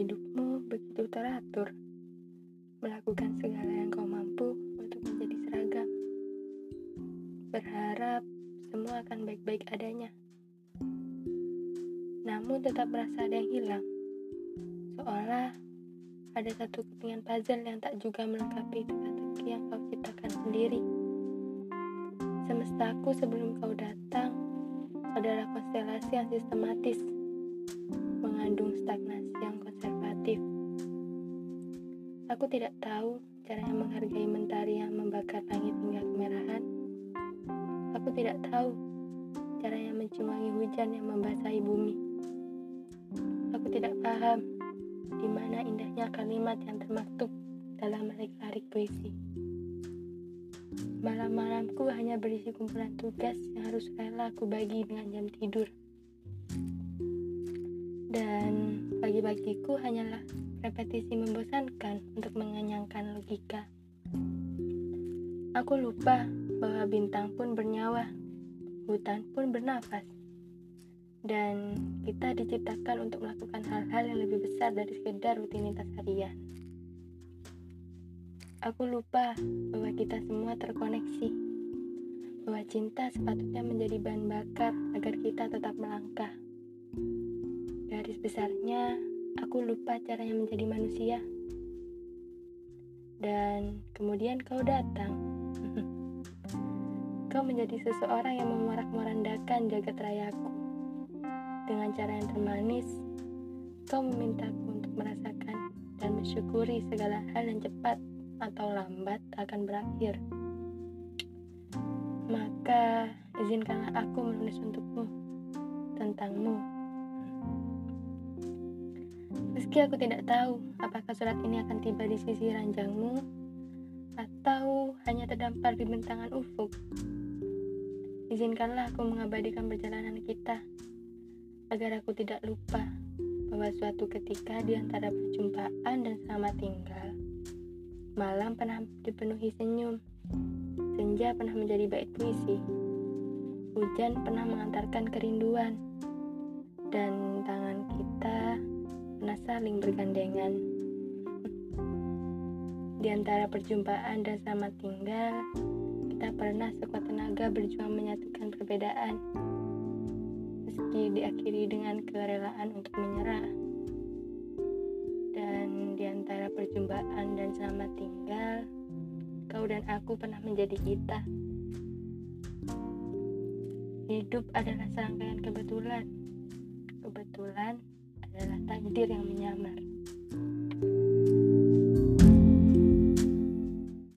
hidupmu begitu teratur, melakukan segala yang kau mampu untuk menjadi seragam. Berharap semua akan baik-baik adanya. Namun tetap merasa ada yang hilang. Seolah ada satu kepingan puzzle yang tak juga melengkapi teka-teki yang kau ciptakan sendiri. Semestaku sebelum kau datang adalah konstelasi yang sistematis, mengandung stagnasi yang konservatif. Aku tidak tahu caranya menghargai mentari yang membakar langit hingga kemerahan. Aku tidak tahu caranya mencium wangi hujan yang membasahi bumi. Aku tidak paham di mana indahnya kalimat yang termaktub dalam larik-larik puisi. Malam-malamku hanya berisi kumpulan tugas yang harus rela aku bagi dengan jam tidur. Dan pagi-pagiku hanyalah repetisi membosankan untuk mengenyangkan logika. Aku lupa bahwa bintang pun bernyawa, hutan pun bernafas. Dan kita diciptakan untuk melakukan hal-hal yang lebih besar dari sekedar rutinitas harian. Aku lupa bahwa kita semua terkoneksi, bahwa cinta sepatutnya menjadi bahan bakar agar kita tetap melangkah. Garis besarnya, aku lupa caranya menjadi manusia. Dan kemudian kau datang. Kau menjadi seseorang yang memorak-morandakan jagat rayaku. Dengan cara yang termanis, kau memintaku untuk merasakan dan mensyukuri segala hal yang cepat atau lambat akan berakhir. Maka izinkanlah aku menulis untukmu, tentangmu. Meski aku tidak tahu apakah surat ini akan tiba di sisi ranjangmu atau hanya terdampar di bentangan ufuk. Izinkanlah aku mengabadikan perjalanan kita, agar aku tidak lupa bahwa suatu ketika di antara perjumpaan dan selamat tinggal, malam pernah dipenuhi senyum, senja pernah menjadi bait puisi, hujan pernah mengantarkan kerinduan, dan tangan kita pernah saling bergandengan. Di antara perjumpaan dan selamat tinggal, kita pernah sekuat tenaga berjuang menyatukan perbedaan, meski diakhiri dengan kerelaan untuk menyerah. Dan di antara perjumpaan dan selamat tinggal, kau dan aku pernah menjadi kita. Hidup adalah serangkaian kebetulan. Kebetulan adalah takdir yang menyamar.